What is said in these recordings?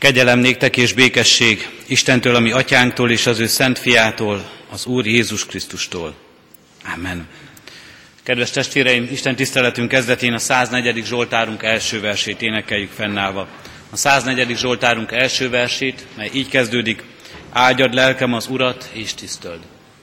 Kegyelem néktek és békesség Istentől, a mi atyánktól és az ő szent fiától, az Úr Jézus Krisztustól. Amen. Kedves testvéreim, Isten tiszteletünk kezdetén a 104. Zsoltárunk első versét énekeljük fennállva. A 104. Zsoltárunk első versét, mely így kezdődik: áldjad lelkem az Urat és tisztöld.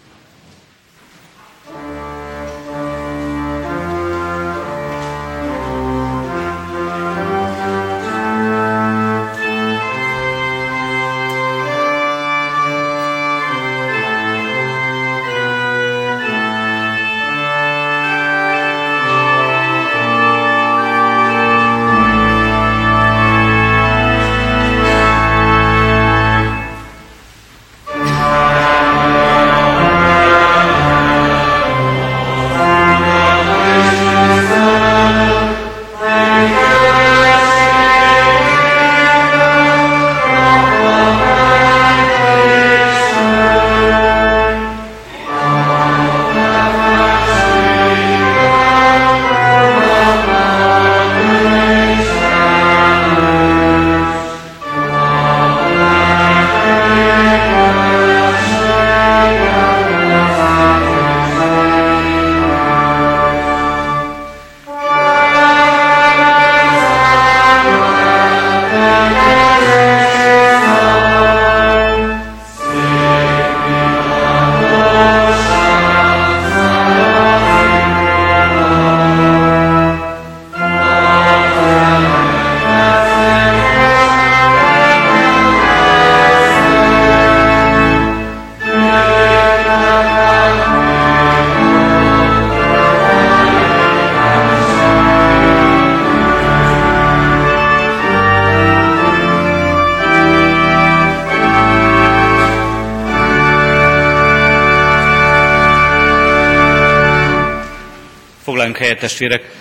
Foglaljunk helyet, testvérek!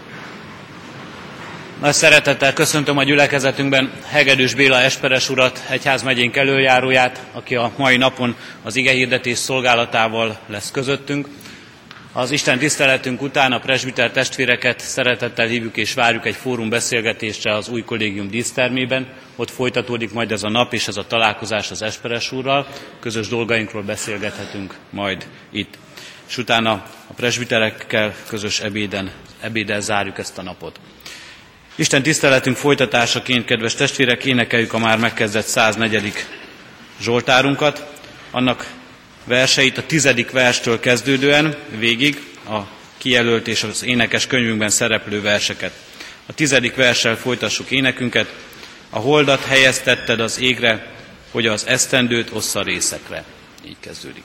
Nagy szeretettel köszöntöm a gyülekezetünkben Hegedűs Béla esperes urat, egyházmegyénk elöljáróját, aki a mai napon az igehirdetés szolgálatával lesz közöttünk. Az Isten tiszteletünk után a presbiter testvéreket szeretettel hívjuk és várjuk egy fórum beszélgetésre az új kollégium dísztermében. Ott folytatódik majd ez a nap és ez a találkozás az esperes úrral. Közös dolgainkról beszélgethetünk majd itt. És utána a presbiterekkel közös ebéddel zárjuk ezt a napot. Isten tiszteletünk folytatásaként, kedves testvérek, énekeljük a már megkezdett 104. Zsoltárunkat. Annak verseit a 10. verstől kezdődően végig a kijelölt és az énekes könyvünkben szereplő verseket. A 10. verssel folytassuk énekünket. A holdat helyeztetted az égre, hogy az esztendőt ossza részekre. Így kezdődik.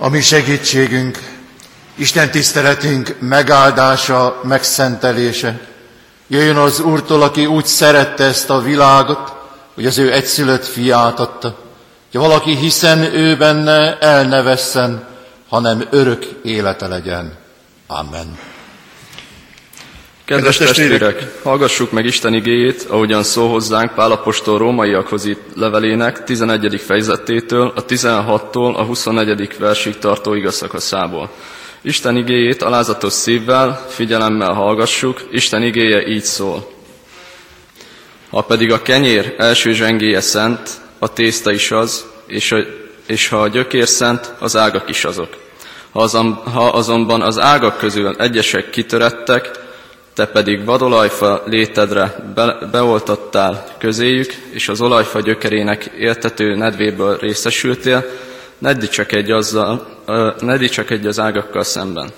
A mi segítségünk, Isten tiszteletünk megáldása, megszentelése jöjjön az Úrtól, aki úgy szerette ezt a világot, hogy az ő egyszülött fiát adta, hogy valaki hiszen ő benne el ne vesszen, hanem örök élete legyen. Amen. Kedves testvérek, hallgassuk meg Isten igéjét, ahogyan szól hozzánk Pál apostol rómaiakhoz írt levelének 11. fejezetétől, a 16-tól a 24. versig tartó igazszakaszából. Isten igéjét alázatos szívvel, figyelemmel hallgassuk, Isten igéje így szól. Ha pedig a kenyér első zsengéje szent, a tészta is az, és ha a gyökér szent, az ágak is azok. Ha azonban az ágak közül egyesek kitörettek, te pedig vadolajfa létedre beoltattál közéjük, és az olajfa gyökerének éltető nedvéből részesültél, ne dicsekedj az ágakkal szemben.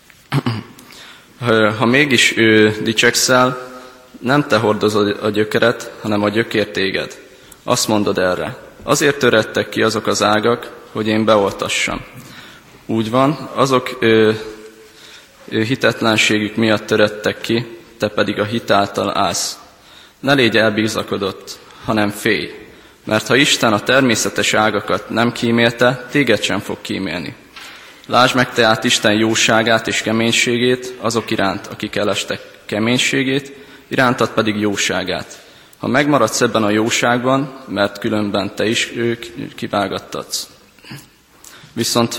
Ha mégis dicsekszel, nem te hordozod a gyökeret, hanem a gyökér téged. Azt mondod erre, azért törettek ki azok az ágak, hogy én beoltassam. Úgy van, azok hitetlenségük miatt törettek ki, te pedig a hit által állsz. Ne légy elbízlakodott, hanem félj, mert ha Isten a természetes ágakat nem kímélte, téged sem fog kímélni. Lásd meg tehát Isten jóságát és keménységét azok iránt, akik elestek keménységét, irántad pedig jóságát. Ha megmaradsz ebben a jóságban, mert különben te is kivágattatsz. Viszont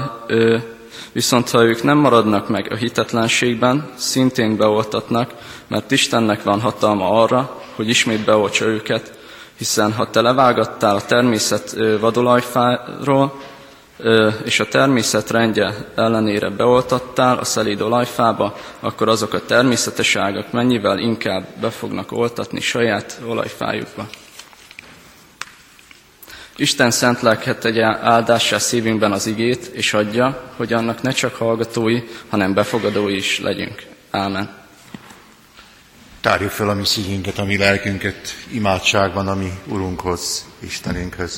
ha ők nem maradnak meg a hitetlenségben, szintén beoltatnak, mert Istennek van hatalma arra, hogy ismét beoltsa őket, hiszen ha te levágattál a természet vadolajfáról, és a természet rendje ellenére beoltattál a szelíd olajfába, akkor azok a természetes ágak mennyivel inkább be fognak oltatni saját olajfájukba. Isten szent lelke tegye áldássá szívünkben az igét, és adja, hogy annak ne csak hallgatói, hanem befogadói is legyünk. Ámen. Tárjuk fel a mi szívünket, a mi lelkünket imádságban, a mi Urunkhoz, Istenünkhöz.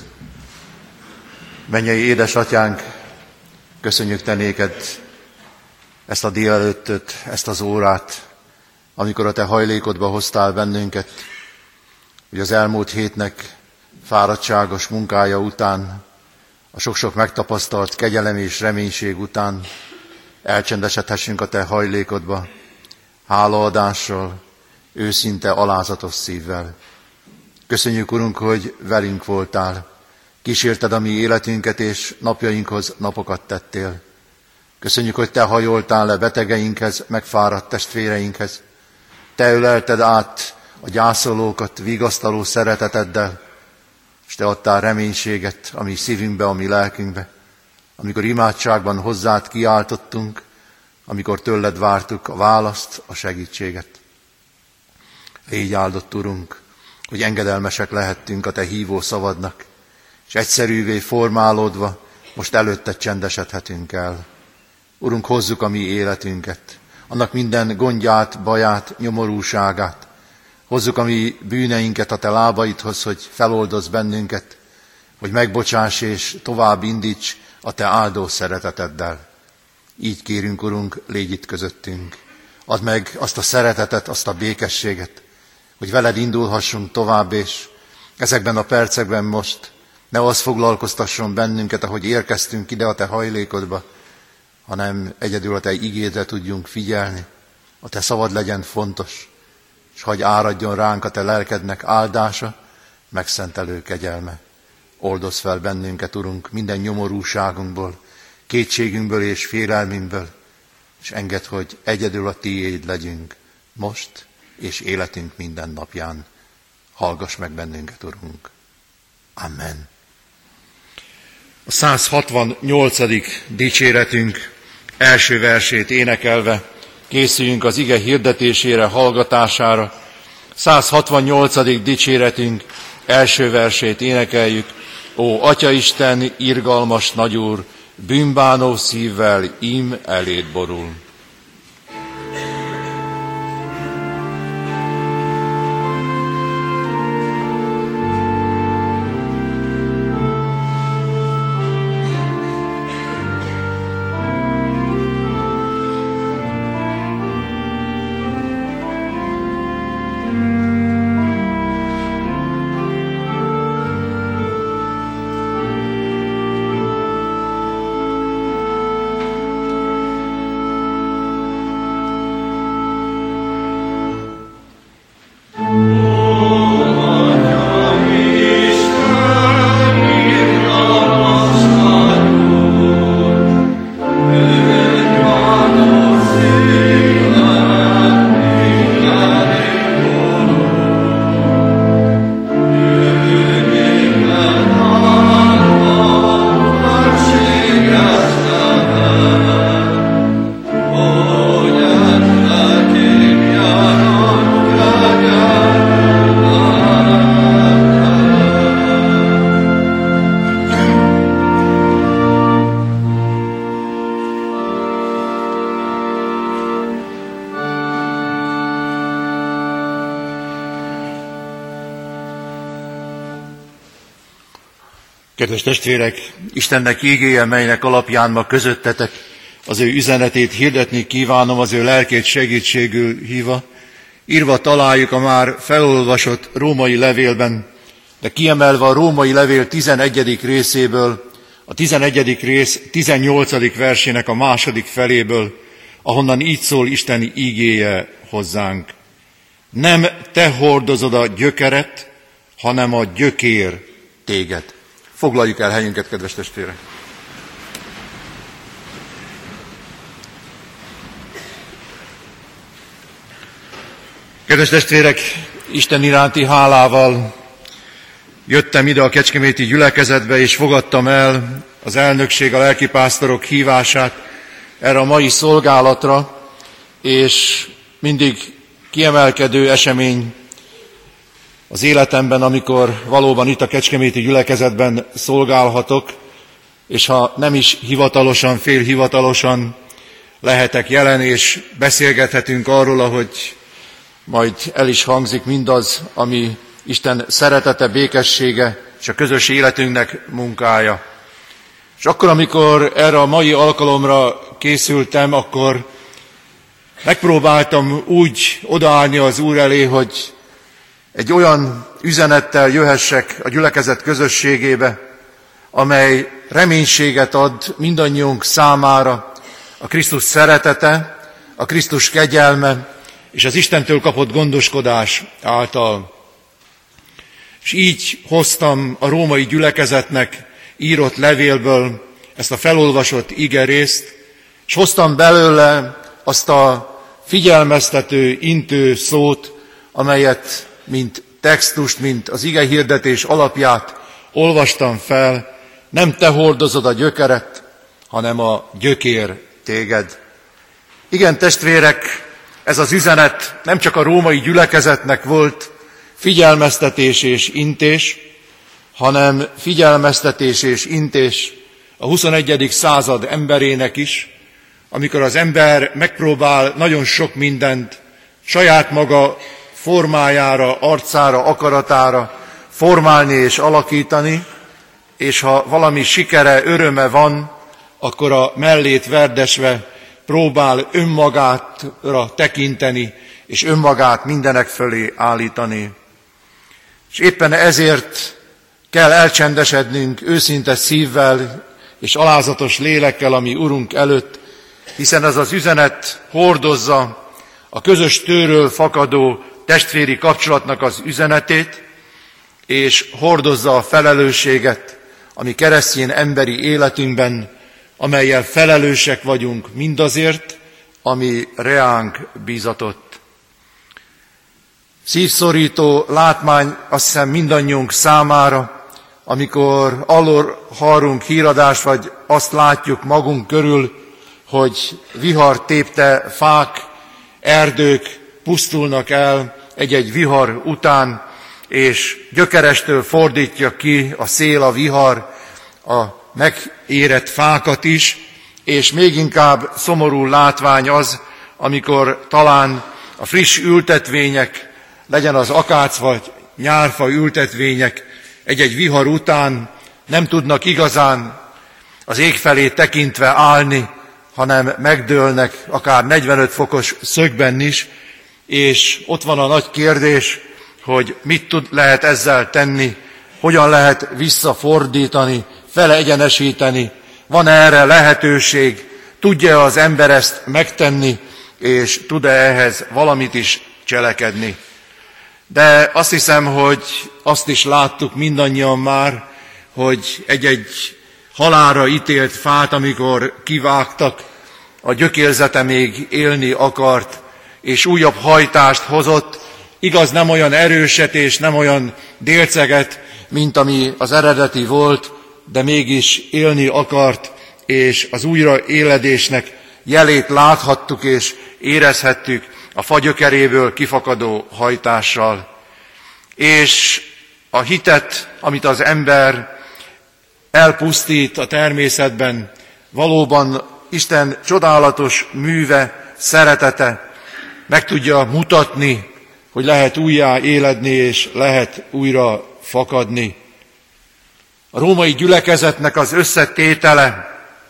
Mennyei édesatyánk, köszönjük te néked ezt a délelőttöt, ezt az órát, amikor a te hajlékodba hoztál bennünket, hogy az elmúlt hétnek fáradtságos munkája után, a sok-sok megtapasztalt kegyelem és reménység után elcsendesedhessünk a te hajlékodba, hálaadással, őszinte, alázatos szívvel. Köszönjük, Urunk, hogy velünk voltál, kísérted a mi életünket, és napjainkhoz napokat tettél. Köszönjük, hogy te hajoltál le betegeinkhez, megfáradt testvéreinkhez. Te ölelted át a gyászolókat vigasztaló szereteteddel, és te adtál reménységet a mi szívünkbe, a mi lelkünkbe. Amikor imádságban hozzád kiáltottunk, amikor tőled vártuk a választ, a segítséget. Légy áldott, Urunk, hogy engedelmesek lehettünk a te hívó szavadnak, és egyszerűvé formálódva most előtted csendesedhetünk el. Urunk, hozzuk a mi életünket, annak minden gondját, baját, nyomorúságát. Hozzuk a mi bűneinket a te lábaidhoz, hogy feloldozz bennünket, hogy megbocsáss és tovább indíts a te áldó szereteteddel. Így kérünk, Urunk, légy itt közöttünk. Add meg azt a szeretetet, azt a békességet, hogy veled indulhassunk tovább, és ezekben a percekben most ne az foglalkoztasson bennünket, ahogy érkeztünk ide a te hajlékodba, hanem egyedül a te igédre tudjunk figyelni, a te szavad legyen fontos, és hagyj áradjon ránk a te lelkednek áldása, megszentelő kegyelme. Oldozz fel bennünket, Urunk, minden nyomorúságunkból, kétségünkből és félelmünkből, és engedd, hogy egyedül a tiéd legyünk most és életünk minden napján. Hallgass meg bennünket, Urunk. Amen. A 168. dicséretünk első versét énekelve készüljünk az ige hirdetésére, hallgatására. 168. dicséretünk első versét énekeljük. Ó, Atyaisten, irgalmas nagyúr, bűnbánó szívvel ím eléd borul. Kedves testvérek, Istennek ígéje, melynek alapján ma közöttetek az ő üzenetét hirdetni kívánom, az ő lelkét segítségül hívva, írva találjuk a már felolvasott római levélben, de kiemelve a római levél 11. részéből, a 11. rész 18. versének a második feléből, ahonnan így szól Isten ígéje hozzánk. Nem te hordozod a gyökeret, hanem a gyökér téged. Foglaljuk el helyünket, kedves testvérek! Kedves testvérek, Isten iránti hálával jöttem ide a kecskeméti gyülekezetbe, és fogadtam el az elnökség, a lelkipásztorok hívását erre a mai szolgálatra, és mindig kiemelkedő esemény az életemben, amikor valóban itt a kecskeméti gyülekezetben szolgálhatok, és ha nem is hivatalosan, félhivatalosan lehetek jelen, és beszélgethetünk arról, ahogy majd el is hangzik mindaz, ami Isten szeretete, békessége és a közös életünknek munkája. És akkor, amikor erre a mai alkalomra készültem, akkor megpróbáltam úgy odaállni az Úr elé, hogy egy olyan üzenettel jöhessek a gyülekezet közösségébe, amely reménységet ad mindannyiunk számára, a Krisztus szeretete, a Krisztus kegyelme és az Istentől kapott gondoskodás által. És így hoztam a római gyülekezetnek írott levélből ezt a felolvasott igerészt, és hoztam belőle azt a figyelmeztető, intő szót, amelyet mint textust, mint az igehirdetés alapját olvastam fel. Nem te hordozod a gyökeret, hanem a gyökér téged. Igen, testvérek, ez az üzenet nem csak a római gyülekezetnek volt figyelmeztetés és intés, hanem figyelmeztetés és intés a 21. század emberének is, amikor az ember megpróbál nagyon sok mindent saját maga formájára, arcára, akaratára formálni és alakítani, és ha valami sikere, öröme van, akkor a mellét verdesve próbál önmagára tekinteni, és önmagát mindenek fölé állítani. És éppen ezért kell elcsendesednünk őszinte szívvel és alázatos lélekkel a mi Urunk előtt, hiszen ez az üzenet hordozza a közös tőről fakadó testvéri kapcsolatnak az üzenetét, és hordozza a felelősséget a mi keresztény emberi életünkben, amellyel felelősek vagyunk mindazért, ami reánk bízatott. Szívszorító látmány, azt hiszem, mindannyiunk számára, amikor arról hallunk híradást, vagy azt látjuk magunk körül, hogy vihar tépte fák, erdők pusztulnak el egy-egy vihar után, és gyökerestől fordítja ki a szél, a vihar a megérett fákat is, és még inkább szomorú látvány az, amikor talán a friss ültetvények, legyen az akác vagy nyárfa ültetvények, egy-egy vihar után nem tudnak igazán az ég felé tekintve állni, hanem megdőlnek akár 45 fokos szögben is, és ott van a nagy kérdés, hogy mit lehet ezzel tenni, hogyan lehet visszafordítani, feleegyenesíteni, van erre lehetőség, tudja az ember ezt megtenni, és tud-e ehhez valamit is cselekedni. De azt hiszem, hogy azt is láttuk mindannyian már, hogy egy-egy halálra ítélt fát, amikor kivágtak, a gyökérzete még élni akart, és újabb hajtást hozott, igaz, nem olyan erőset és nem olyan délceget, mint ami az eredeti volt, de mégis élni akart, és az újraéledésnek jelét láthattuk és érezhettük a fa gyökeréből kifakadó hajtással. És a hitet, amit az ember elpusztít a természetben, valóban Isten csodálatos műve, szeretete meg tudja mutatni, hogy lehet újjá éledni és lehet újra fakadni. A római gyülekezetnek az összetétele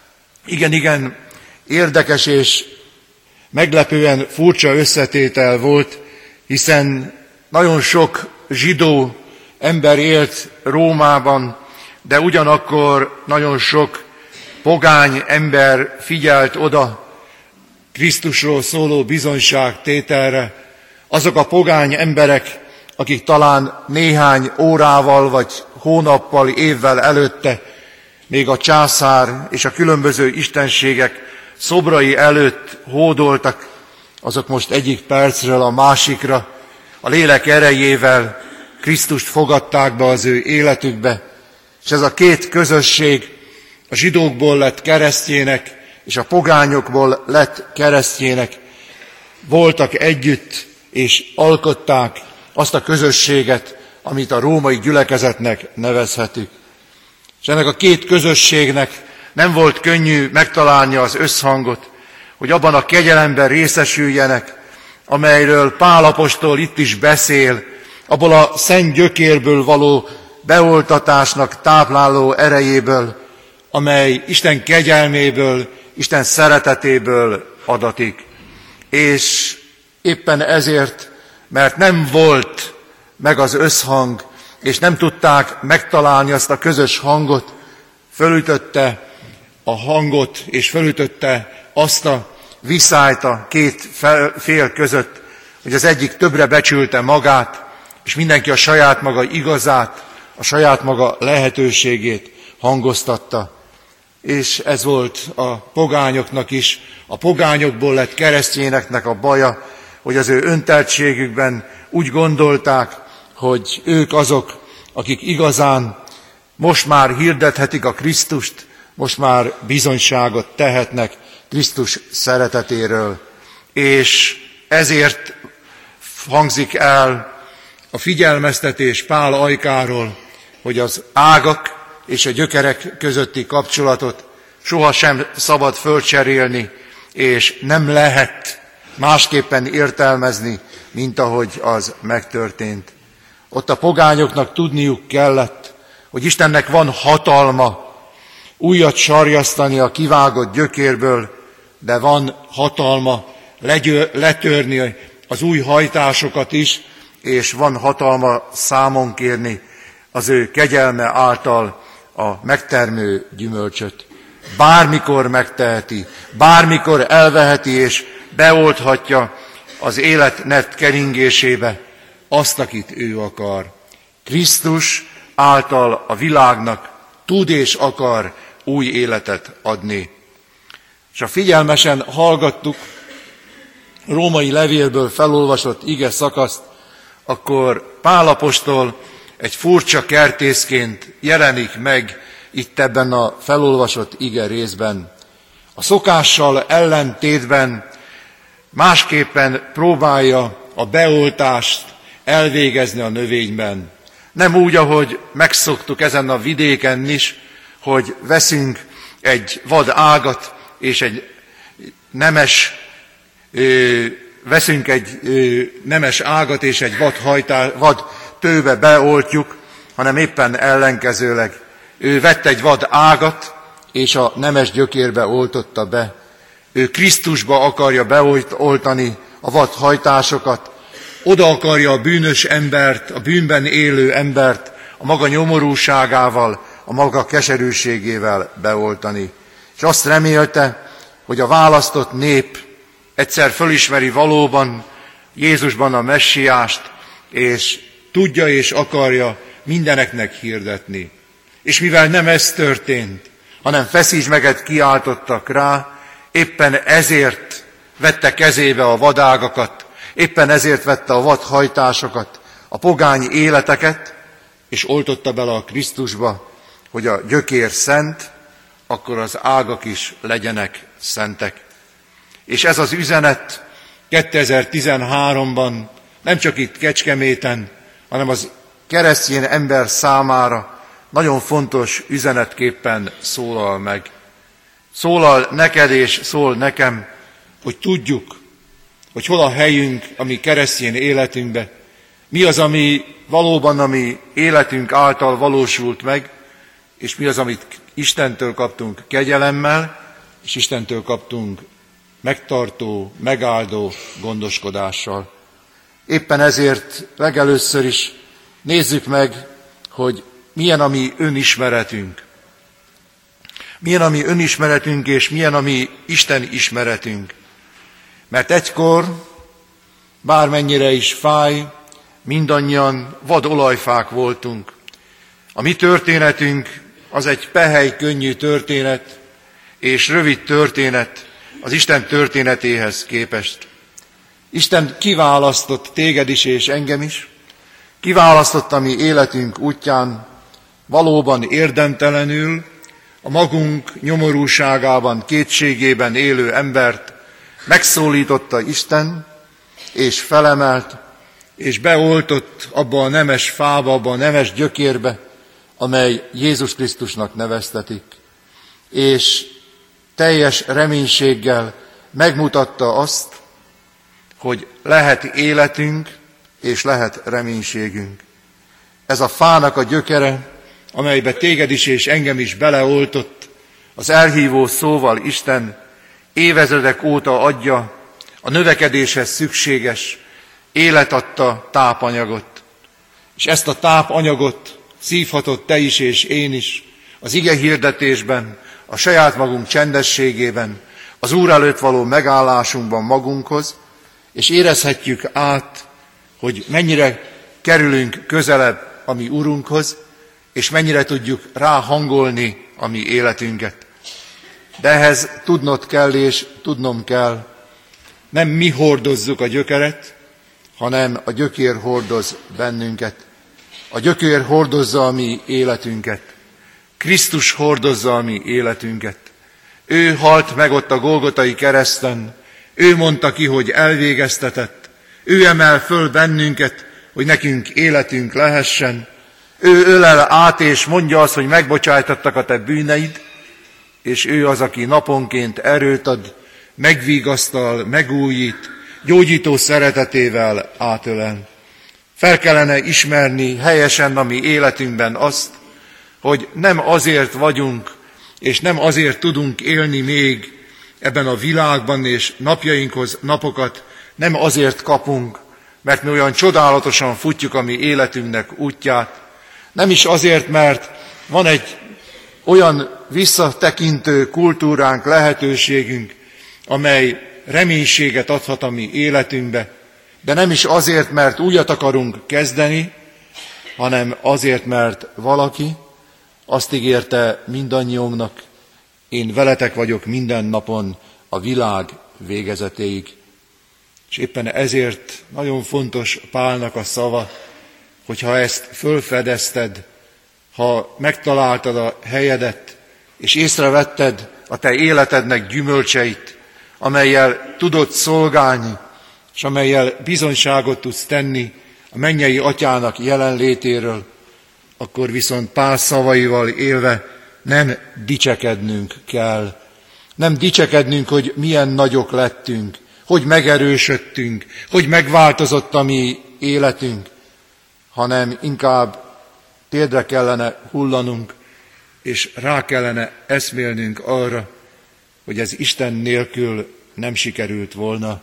igen érdekes és meglepően furcsa összetétel volt, hiszen nagyon sok zsidó ember élt Rómában, de ugyanakkor nagyon sok pogány ember figyelt oda Krisztusról szóló bizonyságtételre. Azok a pogány emberek, akik talán néhány órával vagy hónappal, évvel előtte még a császár és a különböző istenségek szobrai előtt hódoltak, azok most egyik percről a másikra a lélek erejével Krisztust fogadták be az ő életükbe, és ez a két közösség a zsidókból lett keresztjének, és a pogányokból lett keresztjének, voltak együtt, és alkották azt a közösséget, amit a római gyülekezetnek nevezhetünk. És ennek a két közösségnek nem volt könnyű megtalálni az összhangot, hogy abban a kegyelemben részesüljenek, amelyről Pál apostol itt is beszél, abból a szent gyökérből való beoltatásnak tápláló erejéből, amely Isten kegyelméből, Isten szeretetéből adatik. És éppen ezért, mert nem volt meg az összhang, és nem tudták megtalálni azt a közös hangot, fölütötte a hangot, és fölütötte azt a viszályt a két fél között, hogy az egyik többre becsülte magát, és mindenki a saját maga igazát, a saját maga lehetőségét hangoztatta. És ez volt a pogányoknak is, a pogányokból lett keresztényeknek a baja, hogy az ő önteltségükben úgy gondolták, hogy ők azok, akik igazán most már hirdethetik a Krisztust, most már bizonyságot tehetnek Krisztus szeretetéről. És ezért hangzik el a figyelmeztetés Pál ajkáról, hogy az ágak és a gyökerek közötti kapcsolatot sohasem szabad fölcserélni, és nem lehet másképpen értelmezni, mint ahogy az megtörtént. Ott a pogányoknak tudniuk kellett, hogy Istennek van hatalma újat sarjasztani a kivágott gyökérből, de van hatalma letörni az új hajtásokat is, és van hatalma számon kérni az ő kegyelme által a megtermő gyümölcsöt. Bármikor megteheti, bármikor elveheti és beolthatja az életnet keringésébe azt, akit ő akar. Krisztus által a világnak tud és akar új életet adni. És ha figyelmesen hallgattuk római levélből felolvasott ige szakaszt, akkor Pál apostol egy furcsa kertészként jelenik meg itt ebben a felolvasott ige részben. A szokással ellentétben másképpen próbálja a beoltást elvégezni a növényben. Nem úgy, ahogy megszoktuk ezen a vidéken is, hogy veszünk egy vad ágat, és egy nemes ágat, és egy vad tőbe beoltjuk, hanem éppen ellenkezőleg. Ő vett egy vad ágat, és a nemes gyökérbe oltotta be. Ő Krisztusba akarja beoltani a vad hajtásokat, oda akarja a bűnös embert, a bűnben élő embert a maga nyomorúságával, a maga keserűségével beoltani. És azt remélte, hogy a választott nép egyszer fölismeri valóban Jézusban a messiást, és tudja és akarja mindeneknek hirdetni. És mivel nem ez történt, hanem feszítsmeget kiáltottak rá, éppen ezért vette kezébe a vadágakat, éppen ezért vette a vadhajtásokat, a pogány életeket, és oltotta bele a Krisztusba, hogy a gyökér szent, akkor az ágak is legyenek szentek. És ez az üzenet 2013-ban nem csak itt Kecskeméten, hanem az keresztény ember számára nagyon fontos üzenetképpen szólal meg. Szólal neked és szól nekem, hogy tudjuk, hogy hol a helyünk a mi keresztény életünkbe, mi az, ami valóban a mi életünk által valósult meg, és mi az, amit Istentől kaptunk kegyelemmel, és Istentől kaptunk megtartó, megáldó gondoskodással. Éppen ezért legelőször is nézzük meg, hogy milyen a mi önismeretünk. Milyen a mi önismeretünk, és milyen a mi Isten ismeretünk. Mert egykor, bármennyire is fáj, mindannyian vad olajfák voltunk. A mi történetünk az egy pehely, könnyű történet, és rövid történet az Isten történetéhez képest. Isten kiválasztott téged is és engem is, kiválasztott a mi életünk útján, valóban érdemtelenül, a magunk nyomorúságában, kétségében élő embert megszólította Isten, és felemelt, és beoltott abba a nemes fába, abba a nemes gyökérbe, amely Jézus Krisztusnak neveztetik. És teljes reménységgel megmutatta azt, hogy lehet életünk, és lehet reménységünk. Ez a fának a gyökere, amelybe téged is és engem is beleoltott, az elhívó szóval Isten évezredek óta adja a növekedéshez szükséges, életadta tápanyagot. És ezt a tápanyagot szívhatod te is és én is az ige hirdetésben, a saját magunk csendességében, az Úr előtt való megállásunkban magunkhoz, és érezhetjük át, hogy mennyire kerülünk közelebb a mi Urunkhoz, és mennyire tudjuk ráhangolni a mi életünket. De ehhez tudnod kell, és tudnom kell, nem mi hordozzuk a gyökeret, hanem a gyökér hordoz bennünket. A gyökér hordozza a mi életünket. Krisztus hordozza a mi életünket. Ő halt meg ott a Golgotai kereszten, ő mondta ki, hogy elvégeztetett, ő emel föl bennünket, hogy nekünk életünk lehessen, ő ölel át és mondja azt, hogy megbocsájtattak a te bűneid, és ő az, aki naponként erőt ad, megvigasztal, megújít, gyógyító szeretetével átölel. Fel kellene ismerni helyesen a mi életünkben azt, hogy nem azért vagyunk, és nem azért tudunk élni még ebben a világban, és napjainkhoz napokat nem azért kapunk, mert mi olyan csodálatosan futjuk a mi életünknek útját, nem is azért, mert van egy olyan visszatekintő kultúránk, lehetőségünk, amely reménységet adhat a mi életünkbe, de nem is azért, mert újat akarunk kezdeni, hanem azért, mert valaki azt ígérte mindannyiunknak, én veletek vagyok minden napon a világ végezetéig. És éppen ezért nagyon fontos Pálnak a szava, hogyha ezt fölfedezted, ha megtaláltad a helyedet, és észrevetted a te életednek gyümölcseit, amellyel tudod szolgálni, és amellyel bizonyságot tudsz tenni a mennyei atyának jelenlétéről, akkor viszont Pál szavaival élve nem dicsekednünk kell. Nem dicsekednünk, hogy milyen nagyok lettünk, hogy megerősödtünk, hogy megváltozott a mi életünk, hanem inkább térdre kellene hullanunk, és rá kellene eszmélnünk arra, hogy ez Isten nélkül nem sikerült volna.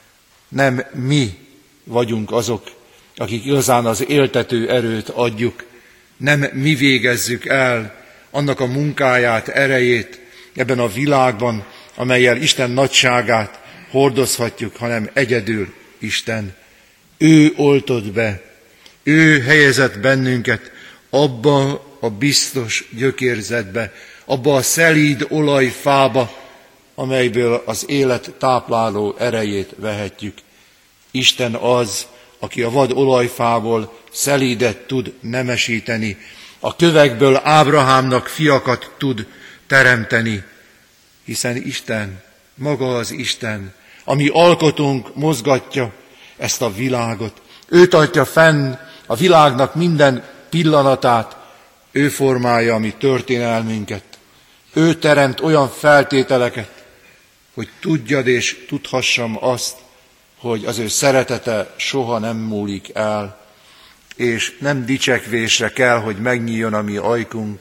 Nem mi vagyunk azok, akik igazán az éltető erőt adjuk, nem mi végezzük el annak a munkáját, erejét ebben a világban, amellyel Isten nagyságát hordozhatjuk, hanem egyedül Isten. Ő oltott be, ő helyezett bennünket abba a biztos gyökérzetbe, abba a szelíd olajfába, amelyből az élet tápláló erejét vehetjük. Isten az, aki a vad olajfából szelídet tud nemesíteni, a kövekből Ábrahámnak fiakat tud teremteni, hiszen Isten, maga az Isten, ami alkotunk, mozgatja ezt a világot. Ő tartja fenn a világnak minden pillanatát, ő formálja a mi történelmünket. Ő teremt olyan feltételeket, hogy tudjad és tudhassam azt, hogy az ő szeretete soha nem múlik el, és nem dicsekvésre kell, hogy megnyíljon a mi ajkunk,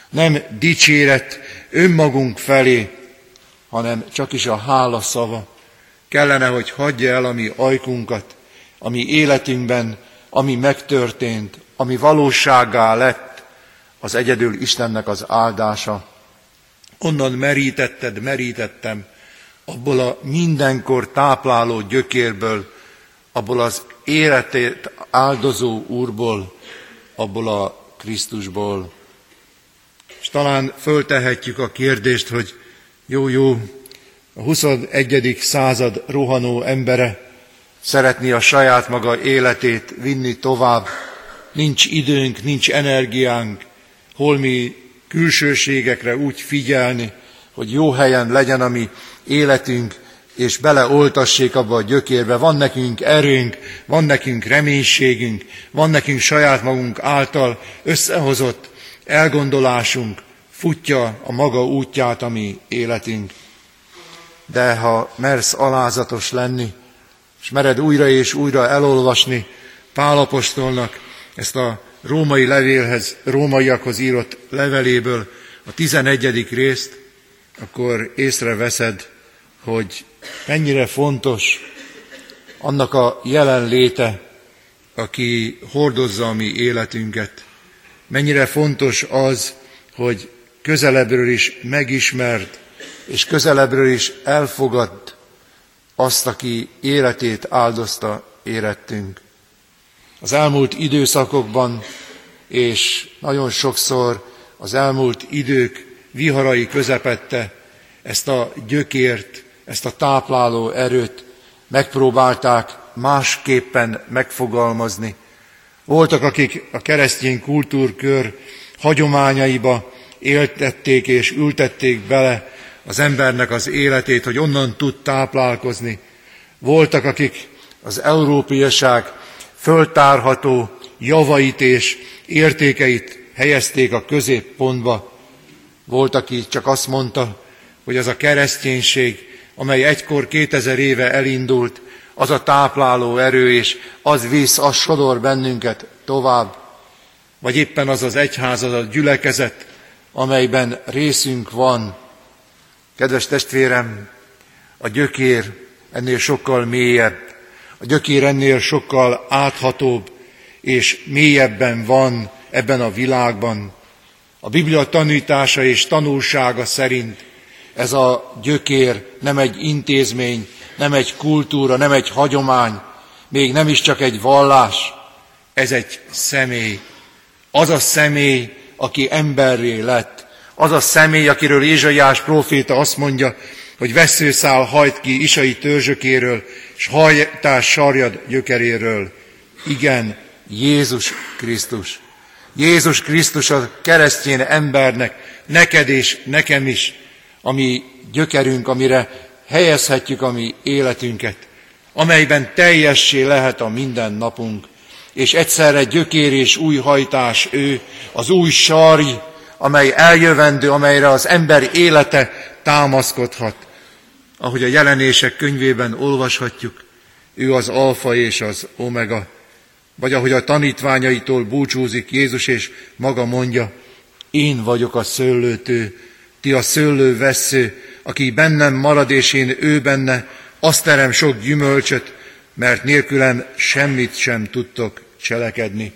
Nem dicséret önmagunk felé, hanem csak is a hála szava. Kellene, hogy hagyja el a mi ajkunkat, a mi életünkben, ami megtörtént, ami valósággá lett, az egyedül Istennek az áldása. Onnan merítettem, abból a mindenkor tápláló gyökérből, abból az életét áldozó Úrból, abból a Krisztusból. És talán föltehetjük a kérdést, hogy jó, a 21. század rohanó embere szeretné a saját maga életét vinni tovább. Nincs időnk, nincs energiánk, holmi külsőségekre úgy figyelni, hogy jó helyen legyen a mi életünk, és beleoltassék abba a gyökérbe. Van nekünk erőnk, van nekünk reménységünk, van nekünk saját magunk által összehozott elgondolásunk, futja a maga útját a mi életünk. De ha mersz alázatos lenni, és mered újra és újra elolvasni Pál apostolnak ezt a rómaiakhoz írott leveléből a 11. részt, akkor észreveszed, hogy mennyire fontos annak a jelenléte, aki hordozza a mi életünket. Mennyire fontos az, hogy közelebbről is megismerd, és közelebbről is elfogadd azt, aki életét áldozta érettünk. Az elmúlt időszakokban, és nagyon sokszor az elmúlt idők viharai közepette ezt a gyökért, ezt a tápláló erőt megpróbálták másképpen megfogalmazni. Voltak, akik a keresztény kultúrkör hagyományaiba éltették és ültették bele az embernek az életét, hogy onnan tud táplálkozni. Voltak, akik az európaiaság föltárható javait és értékeit helyezték a középpontba. Volt, aki csak azt mondta, hogy az a kereszténység, amely egykor 2000 éve elindult, az a tápláló erő, és az visz, az sodor bennünket tovább. Vagy éppen az az egyház, az a gyülekezet, amelyben részünk van. Kedves testvérem, a gyökér ennél sokkal mélyebb, a gyökér ennél sokkal áthatóbb, és mélyebben van ebben a világban. A Biblia tanítása és tanulsága szerint ez a gyökér nem egy intézmény, nem egy kultúra, nem egy hagyomány, még nem is csak egy vallás, ez egy személy. Az a személy, aki emberré lett. Az a személy, akiről Ézsaiás próféta azt mondja, hogy vesszőszál hajt ki Isai törzsökéről, és hajtás sarjad gyökeréről. Igen, Jézus Krisztus. Jézus Krisztus a keresztény embernek, neked és nekem is, a mi gyökerünk, amire helyezhetjük a mi életünket, amelyben teljessé lehet a mindennapunk, és egyszerre gyökér és új hajtás ő, az új sarj, amely eljövendő, amelyre az ember élete támaszkodhat. Ahogy a Jelenések könyvében olvashatjuk, ő az alfa és az omega, vagy ahogy a tanítványaitól búcsúzik Jézus, és maga mondja, én vagyok a szőlőtő, ti a szőlővessző, aki bennem marad, és én ő benne, azt terem sok gyümölcsöt, mert nélkülem semmit sem tudtok cselekedni.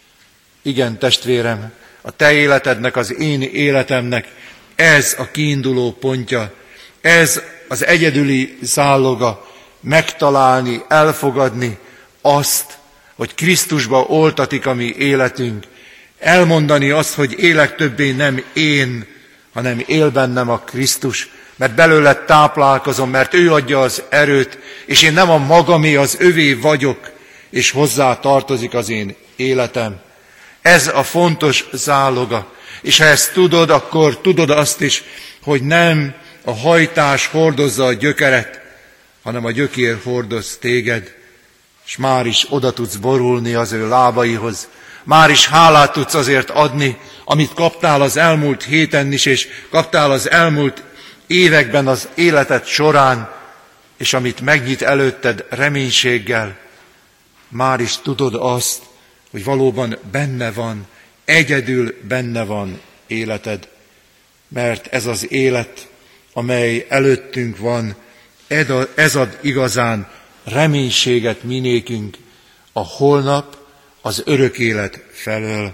Igen, testvérem, a te életednek, az én életemnek ez a kiinduló pontja, ez az egyedüli záloga, megtalálni, elfogadni azt, hogy Krisztusba oltatik a mi életünk, elmondani azt, hogy élek többé nem én, hanem él bennem a Krisztus, mert belőle táplálkozom, mert ő adja az erőt, és én nem a magamé, az övé vagyok, és hozzá tartozik az én életem. Ez a fontos záloga. És ha ezt tudod, akkor tudod azt is, hogy nem a hajtás hordozza a gyökeret, hanem a gyökér hordoz téged, és már is oda tudsz borulni az ő lábaihoz. Már is hálát tudsz azért adni, amit kaptál az elmúlt héten is, és kaptál az elmúlt években az életed során, és amit megnyit előtted reménységgel. Már is tudod azt, hogy valóban benne van, egyedül benne van életed, mert ez az élet, amely előttünk van, ez ad igazán reménységet minékünk a holnap, az örök élet felől.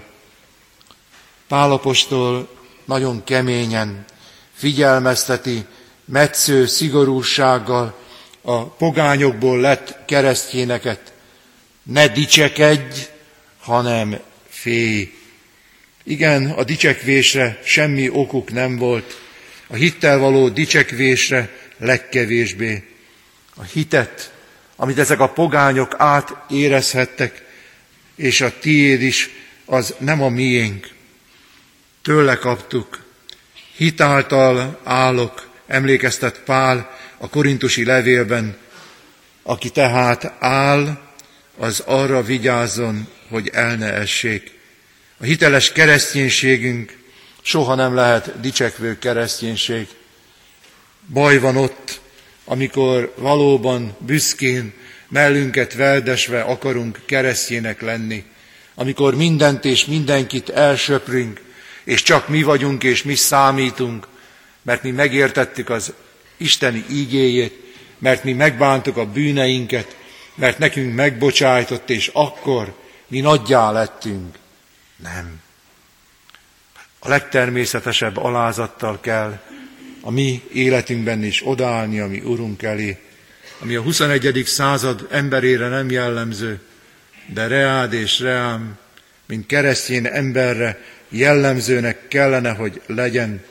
Pál apostol nagyon keményen figyelmezteti, metsző szigorúsággal a pogányokból lett keresztjéneket: ne dicsekedj, hanem félj. Igen, a dicsekvésre semmi okuk nem volt, a hittel való dicsekvésre legkevésbé. A hitet, amit ezek a pogányok átérezhettek, és a tiéd is, az nem a miénk. Tőle kaptuk. Hit által állok, emlékeztet Pál a korintusi levélben. Aki tehát áll, az arra vigyázzon, hogy el ne essék. A hiteles kereszténységünk soha nem lehet dicsekvő kereszténység. Baj van ott, amikor valóban büszkén, mellünket veldesve akarunk keresztjének lenni, amikor mindent és mindenkit elsöprünk, és csak mi vagyunk és mi számítunk, mert mi megértettük az isteni ígéjét, mert mi megbántuk a bűneinket, mert nekünk megbocsájtott, és akkor mi nagyjá lettünk. Nem. A legtermészetesebb alázattal kell a mi életünkben is odaállni a mi Urunk elé, ami a 21. század emberére nem jellemző, de reád és reám, mint keresztény emberre jellemzőnek kellene, hogy legyen,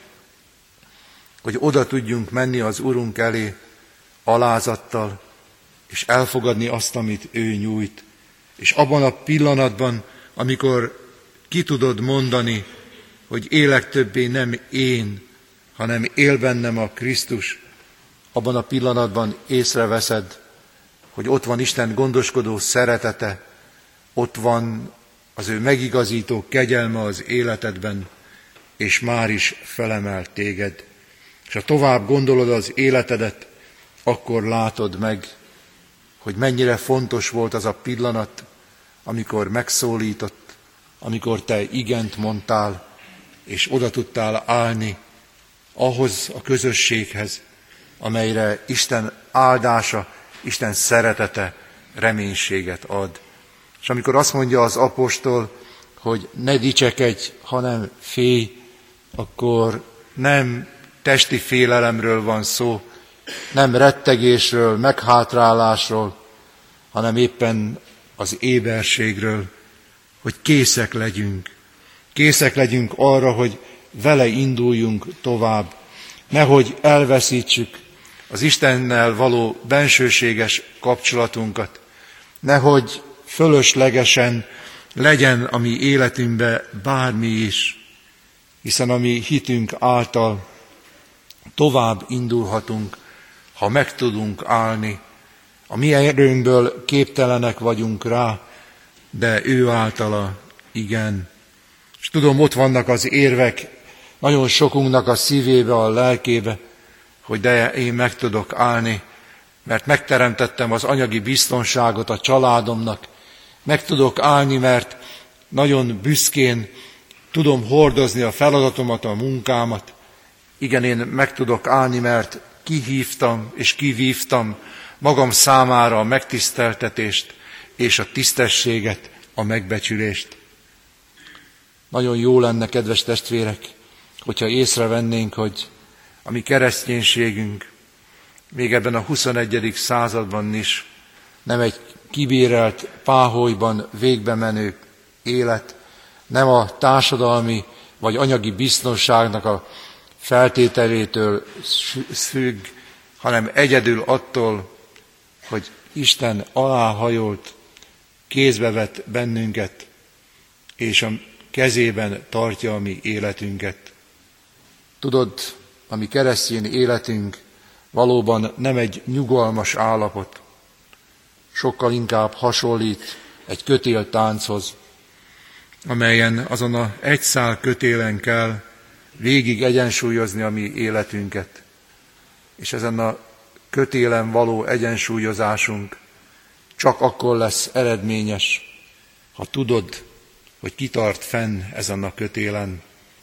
hogy oda tudjunk menni az Urunk elé alázattal, és elfogadni azt, amit ő nyújt. És abban a pillanatban, amikor ki tudod mondani, hogy élek többé nem én, hanem él bennem a Krisztus, abban a pillanatban észreveszed, hogy ott van Isten gondoskodó szeretete, ott van az ő megigazító kegyelme az életedben, és már is felemel téged. És ha tovább gondolod az életedet, akkor látod meg, hogy mennyire fontos volt az a pillanat, amikor megszólított, amikor te igent mondtál, és oda tudtál állni ahhoz a közösséghez, amelyre Isten áldása, Isten szeretete reménységet ad. És amikor azt mondja az apostol, hogy ne dicsekedj, hanem félj, akkor nem testi félelemről van szó, nem rettegésről, meghátrálásról, hanem éppen az éberségről, hogy készek legyünk. Készek legyünk arra, hogy vele induljunk tovább. Nehogy elveszítsük az Istennel való bensőséges kapcsolatunkat. Nehogy fölöslegesen legyen a mi életünkben bármi is, hiszen a mi hitünk által tovább indulhatunk, ha meg tudunk állni. A mi erőnkből képtelenek vagyunk rá, de ő általa igen. És tudom, ott vannak az érvek nagyon sokunknak a szívébe, a lelkébe, hogy de én meg tudok állni, mert megteremtettem az anyagi biztonságot a családomnak. Meg tudok állni, mert nagyon büszkén tudom hordozni a feladatomat, a munkámat. Igen, én meg tudok állni, mert kihívtam és kivívtam magam számára a megtiszteltetést és a tisztességet, a megbecsülést. Nagyon jó lenne, kedves testvérek, hogyha észrevennénk, hogy a mi kereszténységünk még ebben a 21. században is nem egy kibérelt páholyban végbe menő élet, nem a társadalmi vagy anyagi biztonságnak a feltételétől függ, hanem egyedül attól, hogy Isten aláhajolt, kézbe vett bennünket, és a kezében tartja a mi életünket. Tudod, a mi keresztény életünk valóban nem egy nyugalmas állapot, sokkal inkább hasonlít egy kötéltánchoz, amelyen azon a egy szál kötélen kell végig egyensúlyozni a mi életünket. És ezen a kötélen való egyensúlyozásunk csak akkor lesz eredményes, ha tudod, hogy kitart fenn ezen a kötélen.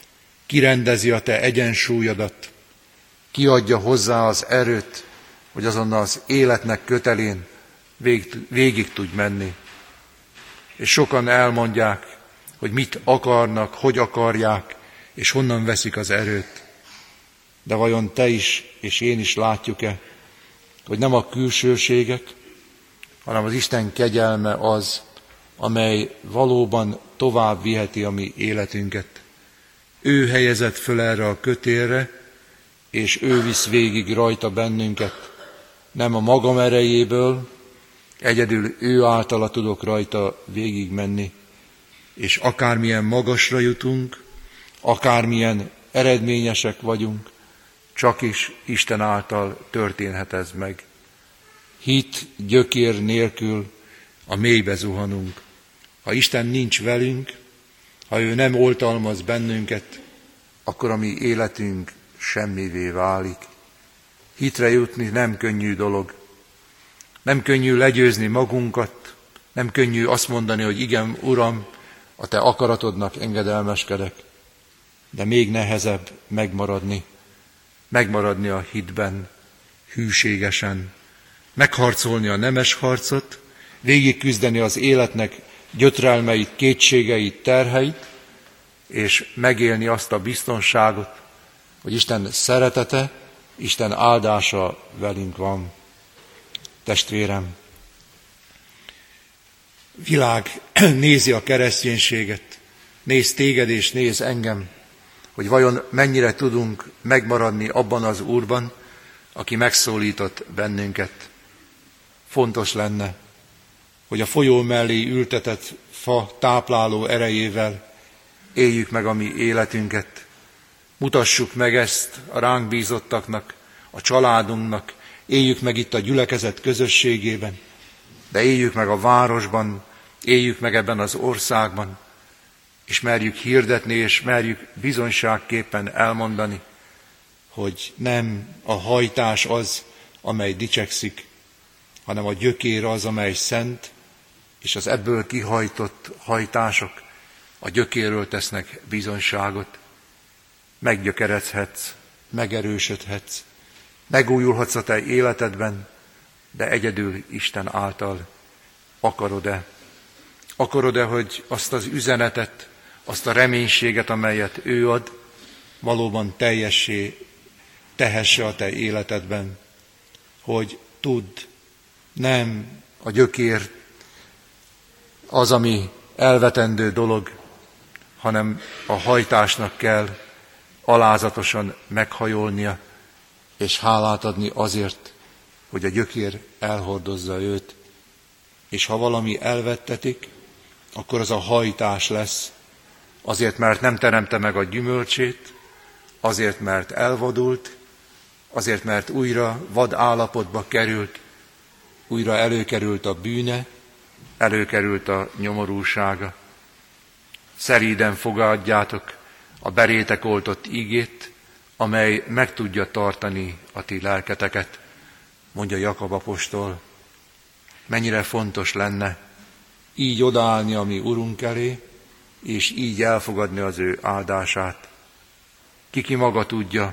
kirendezi a te egyensúlyodat, kiadja hozzá az erőt, hogy azon az életnek kötelén végig tudj menni. És sokan elmondják, hogy mit akarnak, hogy akarják, és honnan veszik az erőt. De vajon te is és én is látjuk-e, hogy nem a külsőségek, hanem az Isten kegyelme az, amely valóban tovább viheti a mi életünket. Ő helyezett föl erre a kötélre, és ő visz végig rajta bennünket. Nem a magam erejéből, egyedül ő általa tudok rajta végig menni. És akármilyen magasra jutunk, akármilyen eredményesek vagyunk, csak is Isten által történhet ez meg. Hit gyökér nélkül a mélybe zuhanunk. Ha Isten nincs velünk, ha ő nem oltalmaz bennünket, akkor a mi életünk semmivé válik. Hitre jutni nem könnyű dolog. Nem könnyű legyőzni magunkat, nem könnyű azt mondani, hogy igen, Uram, a te akaratodnak engedelmeskedek, de még nehezebb megmaradni a hitben, hűségesen, megharcolni a nemes harcot, végigküzdeni az életnek gyötrelmeit, kétségeit, terheit, és megélni azt a biztonságot, hogy Isten szeretete, Isten áldása velünk van. Testvérem, világ nézi a kereszténységet, néz téged és néz engem, hogy vajon mennyire tudunk megmaradni abban az Úrban, aki megszólított bennünket. Fontos lenne, hogy a folyó mellé ültetett fa tápláló erejével éljük meg a mi életünket. Mutassuk meg ezt a ránk bízottaknak, a családunknak, éljük meg itt a gyülekezet közösségében, de éljük meg a városban, éljük meg ebben az országban, és merjük hirdetni, és merjük bizonyságképpen elmondani, hogy nem a hajtás az, amely dicsekszik, hanem a gyökér az, amely szent, és az ebből kihajtott hajtások a gyökérről tesznek bizonyságot. Meggyökerezhetsz, megerősödhetsz, megújulhatsz a te életedben, de egyedül Isten által. Akarod-e? Akarod-e, hogy azt az üzenetet, azt a reménységet, amelyet ő ad, valóban teljessé tehesse a te életedben, hogy tudd, nem a gyökér az, ami elvetendő dolog, hanem a hajtásnak kell alázatosan meghajolnia, és hálát adni azért, hogy a gyökér elhordozza őt. És ha valami elvettetik, akkor az a hajtás lesz, azért, mert nem teremte meg a gyümölcsét, azért, mert elvadult, azért, mert újra vad állapotba került, újra előkerült a bűne, előkerült a nyomorúsága. Szeríden fogadjátok a berétek oltott ígét, amely meg tudja tartani a ti lelketeket, mondja Jakab apostol. Mennyire fontos lenne így odaállni a mi Urunk elé, és így elfogadni az ő áldását. Ki maga tudja,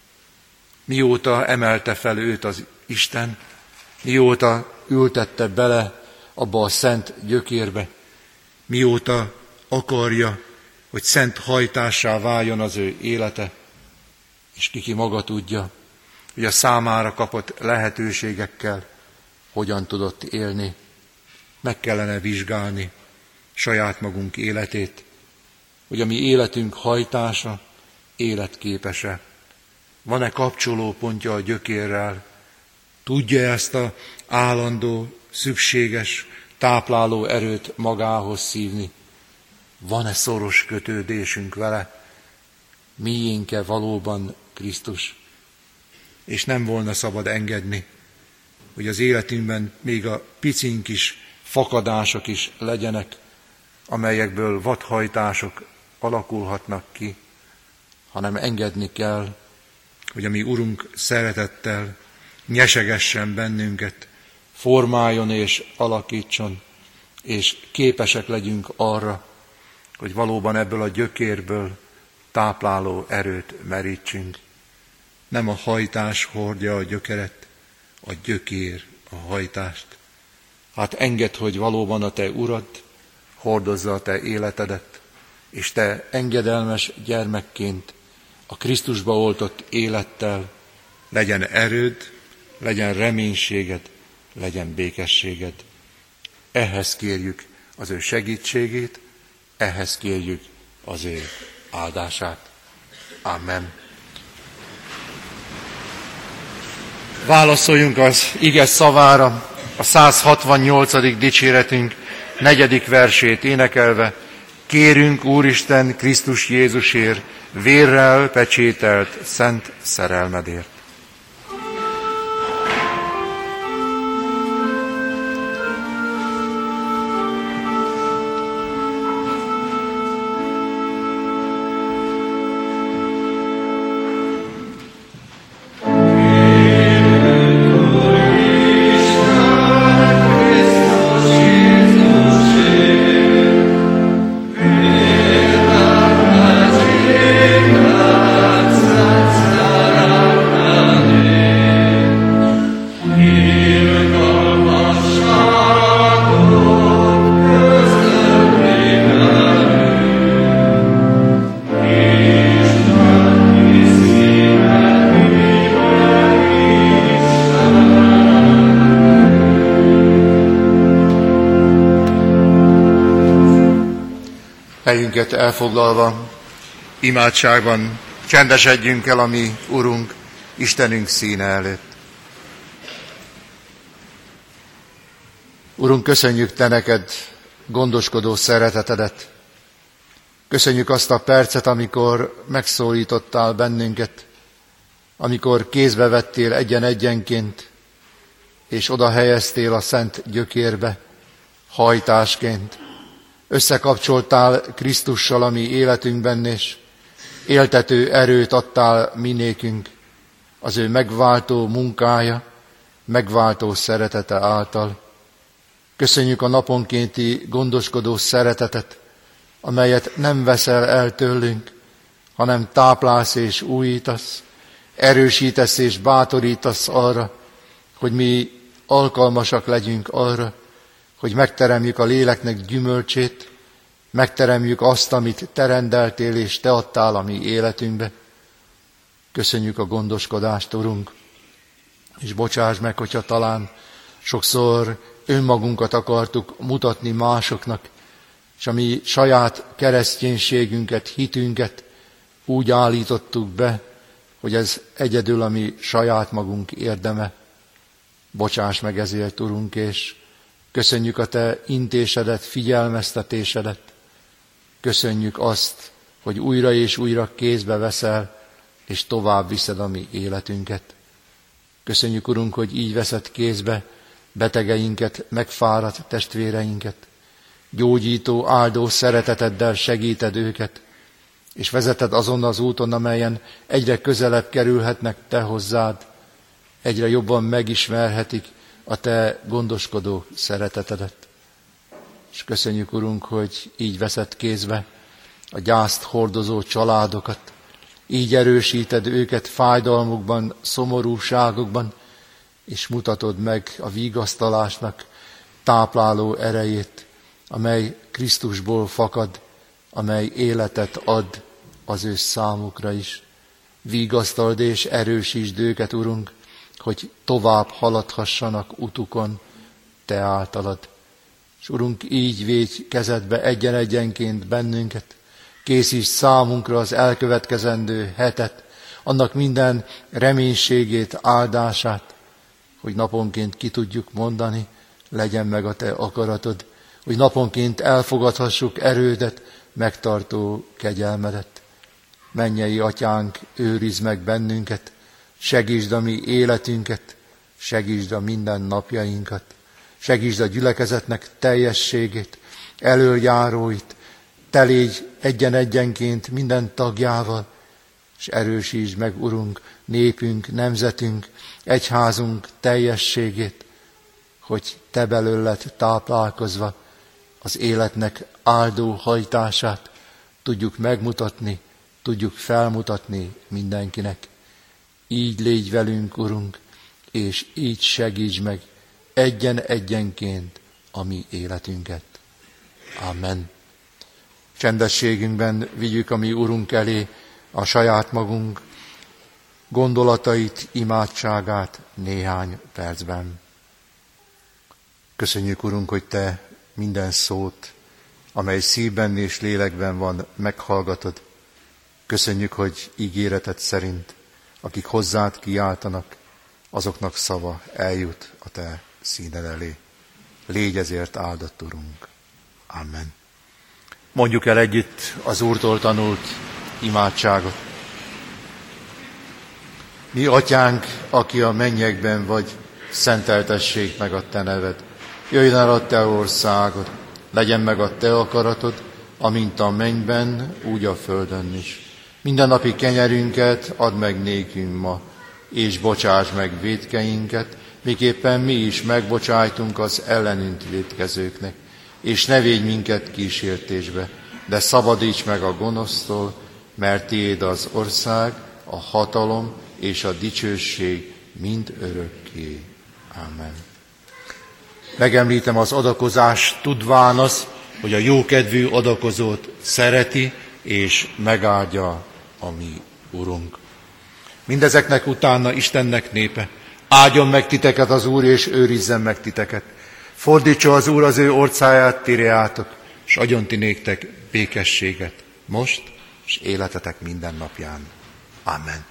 mióta emelte fel őt az Isten, mióta ültette bele abba a szent gyökérbe, mióta akarja, hogy szent hajtássá váljon az ő élete, és ki maga tudja, hogy a számára kapott lehetőségekkel hogyan tudott élni. Meg kellene vizsgálni saját magunk életét, hogy a mi életünk hajtása életképes-e. Van-e kapcsolópontja a gyökérrel? Tudja ezt az állandó, szükséges, tápláló erőt magához szívni? Van-e szoros kötődésünk vele? Miénk-e valóban Krisztus? És nem volna szabad engedni, hogy az életünkben még a picink is fakadások is legyenek, amelyekből vadhajtások alakulhatnak ki, hanem engedni kell, hogy a mi Urunk szeretettel nyesegessen bennünket, formáljon és alakítson, és képesek legyünk arra, hogy valóban ebből a gyökérből tápláló erőt merítsünk. Nem a hajtás hordja a gyökeret, a gyökér a hajtást. Hát engedd, hogy valóban a te urad hordozza a te életedet, és te engedelmes gyermekként a Krisztusba oltott élettel legyen erőd, legyen reménységed, legyen békességed. Ehhez kérjük az ő segítségét, ehhez kérjük az ő áldását. Amen. Válaszoljunk az ige szavára, a 168. dicséretünk 4. versét énekelve. Kérünk Úristen Krisztus Jézusért, vérrel pecsételt szent szerelmedért. Helyünket elfoglalva, imádságban csendesedjünk el a mi Urunk, Istenünk színe előtt. Urunk, köszönjük Te neked gondoskodó szeretetedet. Köszönjük azt a percet, amikor megszólítottál bennünket, amikor kézbe vettél egyen-egyenként, és oda helyeztél a szent gyökérbe, hajtásként. Összekapcsoltál Krisztussal a mi életünkben, és éltető erőt adtál minékünk az ő megváltó munkája, megváltó szeretete által. Köszönjük a naponkénti gondoskodó szeretetet, amelyet nem veszel el tőlünk, hanem táplálsz és újítasz, erősítesz és bátorítasz arra, hogy mi alkalmasak legyünk arra, hogy megteremjük a léleknek gyümölcsét, megteremjük azt, amit Te rendeltél és Te adtál a mi életünkbe. Köszönjük a gondoskodást, Urunk, és bocsáss meg, hogyha talán sokszor önmagunkat akartuk mutatni másoknak, és a mi saját kereszténységünket, hitünket úgy állítottuk be, hogy ez egyedül a mi saját magunk érdeme. Bocsáss meg ezért, Urunk, és köszönjük a Te intésedet, figyelmeztetésedet. Köszönjük azt, hogy újra és újra kézbe veszel, és tovább viszed a mi életünket. Köszönjük, Urunk, hogy így veszed kézbe betegeinket, megfáradt testvéreinket. Gyógyító, áldó szereteteddel segíted őket, és vezeted azon az úton, amelyen egyre közelebb kerülhetnek Te hozzád, egyre jobban megismerhetik a Te gondoskodó szeretetedet. És köszönjük, Urunk, hogy így veszed kézbe a gyászt hordozó családokat, így erősíted őket fájdalmukban, szomorúságukban, és mutatod meg a vigasztalásnak tápláló erejét, amely Krisztusból fakad, amely életet ad az ő számukra is. Vigasztald és erősítsd őket, Urunk, hogy tovább haladhassanak utukon Te általad. És Urunk, így védj kezedbe egyen-egyenként bennünket, készíts számunkra az elkövetkezendő hetet, annak minden reménységét, áldását, hogy naponként ki tudjuk mondani, legyen meg a Te akaratod, hogy naponként elfogadhassuk erődet, megtartó kegyelmedet. Mennyei Atyánk, őrizd meg bennünket, segítsd a mi életünket, segítsd a minden napjainkat, segítsd a gyülekezetnek teljességét, elöljáróit, te légy egyen-egyenként minden tagjával, és erősítsd meg, Urunk, népünk, nemzetünk, egyházunk teljességét, hogy Te belőled táplálkozva az életnek áldó hajtását tudjuk megmutatni tudjuk felmutatni mindenkinek. Így légy velünk, Urunk, és így segíts meg egyen-egyenként a mi életünket. Amen. Csendességünkben vigyük a mi Urunk elé a saját magunk gondolatait, imádságát néhány percben. Köszönjük, Urunk, hogy Te minden szót, amely szívben és lélekben van, meghallgatod. Köszönjük, hogy ígéreted szerint, akik hozzád kiáltanak, azoknak szava eljut a Te színed elé. Légy ezért áldott, Urunk. Amen. Mondjuk el együtt az Úrtól tanult imádságot. Mi atyánk, aki a mennyekben vagy, szenteltessék meg a Te neved. Jöjjön el a Te országod, legyen meg a Te akaratod, amint a mennyben, úgy a földön is. Mindennapi kenyerünket add meg nékünk ma, és bocsáss meg vétkeinket, miképpen mi is megbocsájtunk az ellenünk vétkezőknek. És ne védj minket kísértésbe, de szabadíts meg a gonosztól, mert tiéd az ország, a hatalom és a dicsőség mind örökké. Amen. Megemlítem az adakozást, tudván az, hogy a jókedvű adakozót szereti és megáldja a mi Urunk. Mindezeknek utána Istennek népe, áldjon meg titeket az Úr, és őrizzen meg titeket. Fordítsa az Úr az ő orcáját ti reátok, s adjon ti néktek békességet most, és életetek minden napján. Amen.